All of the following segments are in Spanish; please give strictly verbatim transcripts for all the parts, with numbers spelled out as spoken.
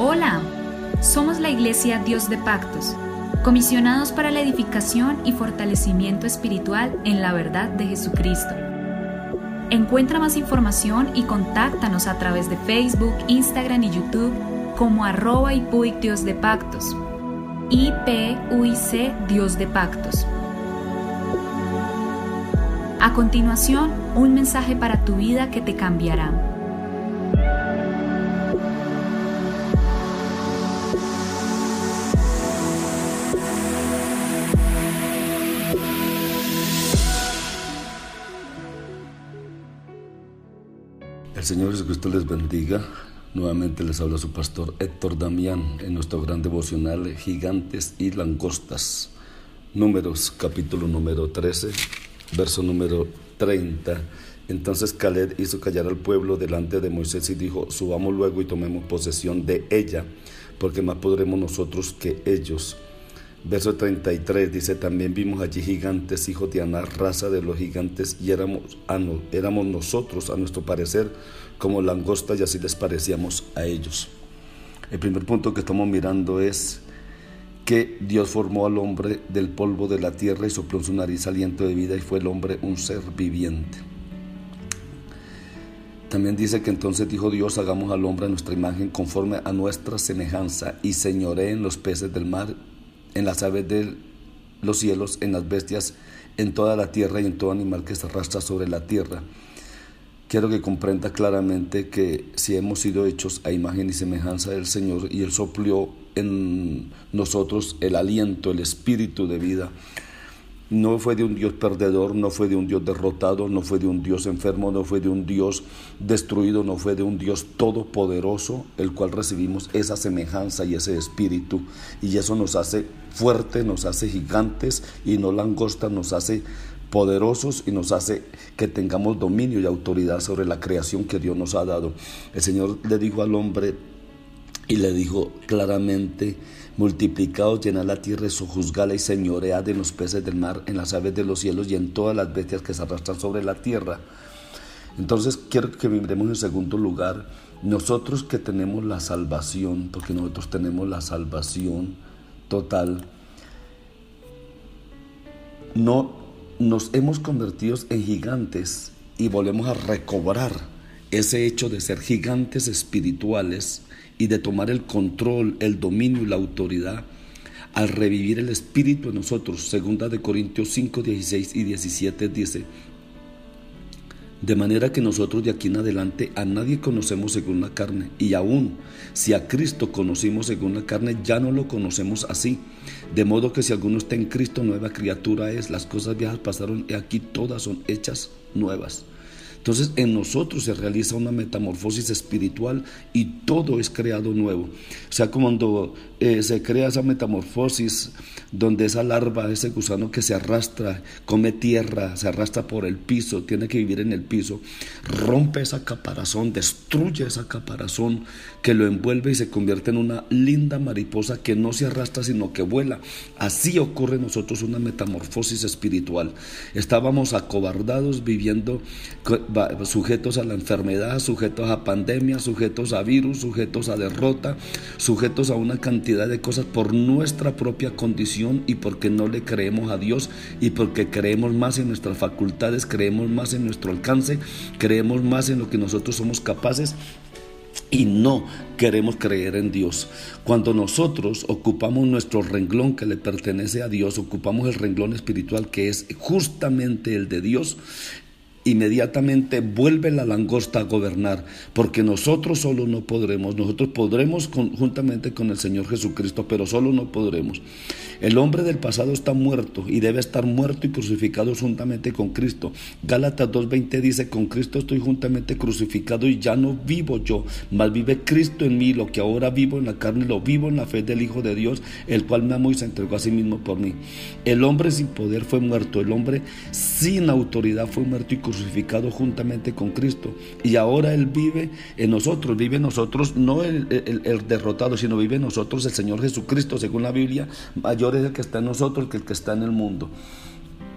Hola, somos la Iglesia Dios de Pactos, comisionados para la edificación y fortalecimiento espiritual en la verdad de Jesucristo. Encuentra más información y contáctanos a través de Facebook, Instagram y YouTube como arroba ipuic Dios de Pactos, I P U I C Dios de Pactos. A continuación, un mensaje para tu vida que te cambiará. El Señor Jesucristo les bendiga. Nuevamente les habla su pastor Héctor Damián en nuestro gran devocional Gigantes y Langostas. Números, capítulo número trece, verso número treinta. Entonces Caleb hizo callar al pueblo delante de Moisés y dijo: subamos luego y tomemos posesión de ella, porque más podremos nosotros que ellos. Verso treinta y tres dice: también vimos allí gigantes, hijos de Aná, raza de los gigantes, y éramos, ano, éramos nosotros, a nuestro parecer, como langostas, y así les parecíamos a ellos. El primer punto que estamos mirando es que Dios formó al hombre del polvo de la tierra y sopló en su nariz aliento de vida, y fue el hombre un ser viviente. También dice que entonces dijo Dios: hagamos al hombre a nuestra imagen, conforme a nuestra semejanza, y señoree en los peces del mar, en las aves de los cielos, en las bestias, en toda la tierra y en todo animal que se arrastra sobre la tierra. Quiero que comprenda claramente que si hemos sido hechos a imagen y semejanza del Señor, y Él sopló en nosotros el aliento, el espíritu de vida, no fue de un Dios perdedor, no fue de un Dios derrotado, no fue de un Dios enfermo, no fue de un Dios destruido, no fue de un Dios todopoderoso, el cual recibimos esa semejanza y ese espíritu, y eso nos hace fuertes, nos hace gigantes y no langostas, nos hace poderosos y nos hace que tengamos dominio y autoridad sobre la creación que Dios nos ha dado. El Señor le dijo al hombre y le dijo claramente: multiplicaos, llenad la tierra, sojuzgala y señoread en los peces del mar, en las aves de los cielos y en todas las bestias que se arrastran sobre la tierra. Entonces quiero que miremos en segundo lugar, nosotros que tenemos la salvación, porque nosotros tenemos la salvación total, no nos hemos convertido en gigantes y volvemos a recobrar ese hecho de ser gigantes espirituales y de tomar el control, el dominio y la autoridad al revivir el espíritu en nosotros. Segunda de Corintios cinco, dieciséis y diecisiete dice: de manera que nosotros de aquí en adelante a nadie conocemos según la carne, y aún si a Cristo conocimos según la carne, ya no lo conocemos así. De modo que si alguno está en Cristo, nueva criatura es, las cosas viejas pasaron y aquí todas son hechas nuevas. Entonces en nosotros se realiza una metamorfosis espiritual y todo es creado nuevo. O sea, cuando eh, se crea esa metamorfosis, donde esa larva, ese gusano que se arrastra, come tierra, se arrastra por el piso, tiene que vivir en el piso, rompe esa caparazón, destruye esa caparazón que lo envuelve y se convierte en una linda mariposa que no se arrastra sino que vuela. Así ocurre en nosotros una metamorfosis espiritual. Estábamos acobardados, viviendo sujetos a la enfermedad, sujetos a pandemia, sujetos a virus, sujetos a derrota, sujetos a una cantidad de cosas por nuestra propia condición y porque no le creemos a Dios y porque creemos más en nuestras facultades, creemos más en nuestro alcance, creemos más en lo que nosotros somos capaces y no queremos creer en Dios. Cuando nosotros ocupamos nuestro renglón que le pertenece a Dios, ocupamos el renglón espiritual que es justamente el de Dios, inmediatamente vuelve la langosta a gobernar, porque nosotros solo no podremos, nosotros podremos con, juntamente con el Señor Jesucristo, pero solo no podremos. El hombre del pasado está muerto y debe estar muerto y crucificado juntamente con Cristo. Gálatas dos veinte dice: con Cristo estoy juntamente crucificado y ya no vivo yo, mas vive Cristo en mí. Lo que ahora vivo en la carne lo vivo en la fe del Hijo de Dios, el cual me amó y se entregó a sí mismo por mí. El hombre sin poder fue muerto, el hombre sin autoridad fue muerto y crucificado juntamente con Cristo, y ahora Él vive en nosotros, vive en nosotros no el, el, el derrotado, sino vive en nosotros el Señor Jesucristo. Según la Biblia, mayor es el que está en nosotros que el que está en el mundo.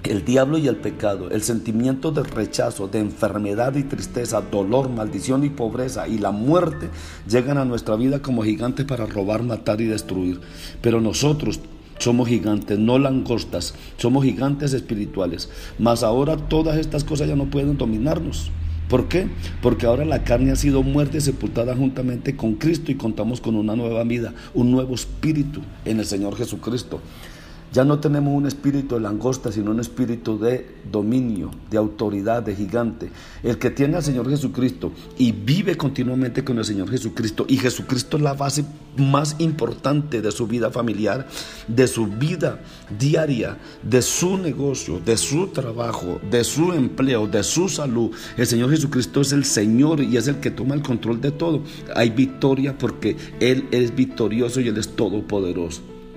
El diablo y el pecado, el sentimiento de rechazo, de enfermedad y tristeza, dolor, maldición y pobreza y la muerte llegan a nuestra vida como gigantes para robar, matar y destruir. Pero nosotros somos gigantes, no langostas, somos gigantes espirituales. Mas ahora todas estas cosas ya no pueden dominarnos. ¿Por qué? Porque ahora la carne ha sido muerta y sepultada juntamente con Cristo y contamos con una nueva vida, un nuevo espíritu en el Señor Jesucristo. Ya no tenemos un espíritu de langosta, sino un espíritu de dominio, de autoridad, de gigante. El que tiene al Señor Jesucristo y vive continuamente con el Señor Jesucristo, y Jesucristo es la base más importante de su vida familiar, de su vida diaria, de su negocio, de su trabajo, de su empleo, de su salud. El Señor Jesucristo es el Señor y es el que toma el control de todo. Hay victoria porque Él es victorioso y Él es todopoderoso.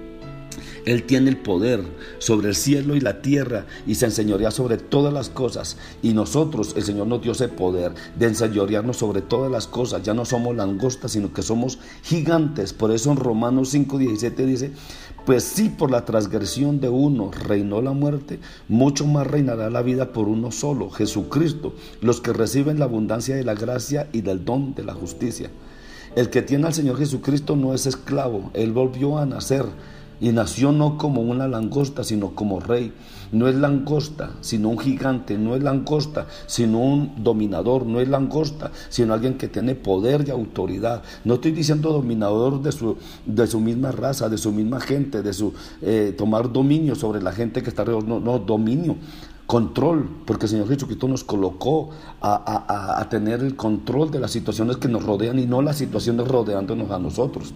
Él tiene el poder sobre el cielo y la tierra y se enseñorea sobre todas las cosas. Y nosotros, el Señor nos dio ese poder de enseñorearnos sobre todas las cosas. Ya no somos langostas, sino que somos gigantes. Por eso en Romanos cinco diecisiete dice: pues si por la transgresión de uno reinó la muerte, mucho más reinará la vida por uno solo, Jesucristo, los que reciben la abundancia de la gracia y del don de la justicia. El que tiene al Señor Jesucristo no es esclavo, Él volvió a nacer. Y nació no como una langosta, sino como rey. No es langosta, sino un gigante. No es langosta, sino un dominador. No es langosta, sino alguien que tiene poder y autoridad. No estoy diciendo dominador de su, de su misma raza, de su misma gente, de su eh, tomar dominio sobre la gente que está alrededor. No, no, dominio. Control, porque el Señor Jesucristo nos colocó a, a, a tener el control de las situaciones que nos rodean y no las situaciones rodeándonos a nosotros.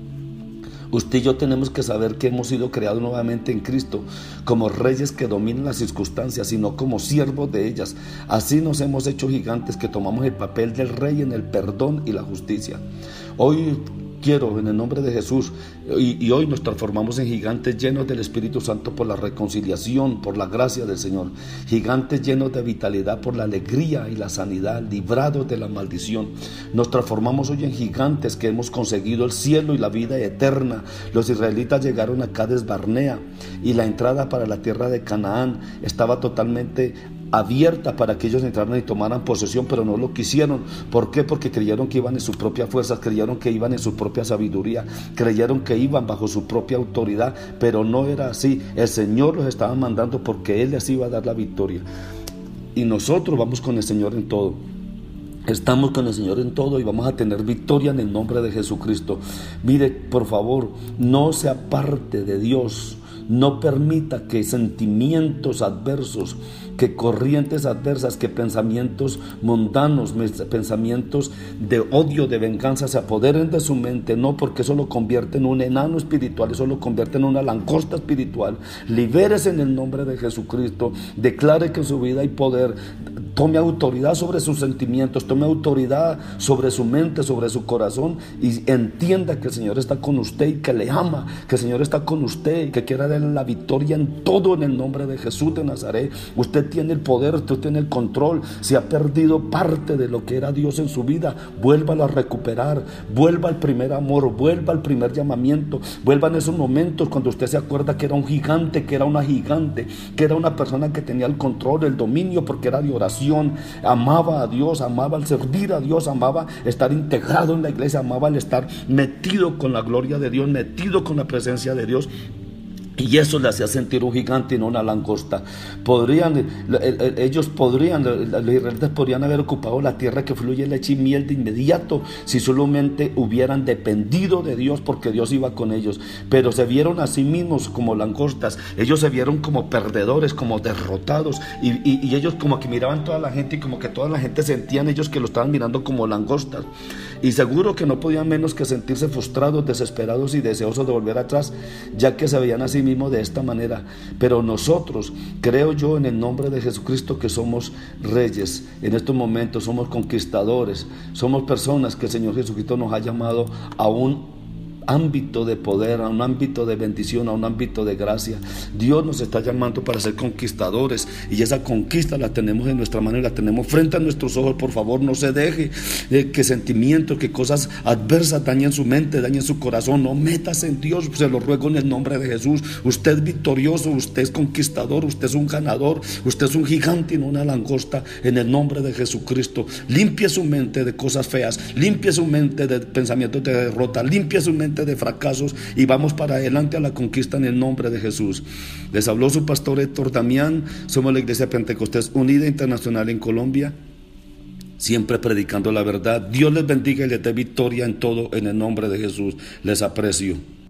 Usted y yo tenemos que saber que hemos sido creados nuevamente en Cristo como reyes que dominan las circunstancias, sino como siervos de ellas. Así nos hemos hecho gigantes que tomamos el papel del rey en el perdón y la justicia. Hoy quiero, en el nombre de Jesús, y, y hoy nos transformamos en gigantes llenos del Espíritu Santo por la reconciliación, por la gracia del Señor. Gigantes llenos de vitalidad por la alegría y la sanidad, librados de la maldición. Nos transformamos hoy en gigantes que hemos conseguido el cielo y la vida eterna. Los israelitas llegaron a Cades Barnea y la entrada para la tierra de Canaán estaba totalmente abierta para que ellos entraran y tomaran posesión, pero no lo quisieron. ¿Por qué? Porque creyeron que iban en sus propias fuerzas, creyeron que iban en su propia sabiduría, creyeron que iban bajo su propia autoridad, pero no era así. El Señor los estaba mandando porque Él les iba a dar la victoria. Y nosotros vamos con el Señor en todo. Estamos con el Señor en todo y vamos a tener victoria en el nombre de Jesucristo. Mire, por favor, no se aparte de Dios. No permita que sentimientos adversos, que corrientes adversas, que pensamientos mundanos, pensamientos de odio, de venganza se apoderen de su mente. No, porque eso lo convierte en un enano espiritual, eso lo convierte en una langosta espiritual. Libérese en el nombre de Jesucristo. Declare que en su vida hay poder. Tome autoridad sobre sus sentimientos, tome autoridad sobre su mente, sobre su corazón, y entienda que el Señor está con usted y que le ama, que el Señor está con usted y que quiere darle la victoria en todo en el nombre de Jesús de Nazaret. Usted tiene el poder, usted tiene el control. Si ha perdido parte de lo que era Dios en su vida, vuélvalo a recuperar, vuelva al primer amor, vuelva al primer llamamiento, vuelva en esos momentos cuando usted se acuerda que era un gigante, que era una gigante, que era una persona que tenía el control, el dominio, porque era de oración. Amaba a Dios, amaba el servir a Dios, amaba estar integrado en la iglesia, amaba el estar metido con la gloria de Dios, metido con la presencia de Dios. Y eso le hacía sentir un gigante y no una langosta. Podrían, ellos podrían, los israelitas podrían haber ocupado la tierra que fluye leche y miel de inmediato si solamente hubieran dependido de Dios, porque Dios iba con ellos. Pero se vieron a sí mismos como langostas. Ellos se vieron como perdedores, como derrotados. Y, y, y ellos como que miraban toda la gente y como que toda la gente sentían ellos que lo estaban mirando como langostas. Y seguro que no podían menos que sentirse frustrados, desesperados y deseosos de volver atrás, ya que se veían así mismo de esta manera. Pero nosotros, creo yo en el nombre de Jesucristo, que somos reyes en estos momentos, somos conquistadores, somos personas que el Señor Jesucristo nos ha llamado a un ámbito de poder, a un ámbito de bendición, a un ámbito de gracia. Dios nos está llamando para ser conquistadores, y esa conquista la tenemos en nuestra mano y la tenemos frente a nuestros ojos. Por favor, no se deje eh, que sentimientos, que cosas adversas dañen su mente, dañen su corazón. No metas en Dios, se lo ruego en el nombre de Jesús. Usted es victorioso, usted es conquistador, usted es un ganador, usted es un gigante y no una langosta, en el nombre de Jesucristo. Limpie su mente de cosas feas, limpie su mente de pensamientos de derrota, limpie su mente de fracasos, y vamos para adelante a la conquista en el nombre de Jesús. Les habló su pastor Héctor Damián. Somos la Iglesia Pentecostés Unida Internacional en Colombia, siempre predicando la verdad. Dios les bendiga y les dé victoria en todo, en el nombre de Jesús. Les aprecio.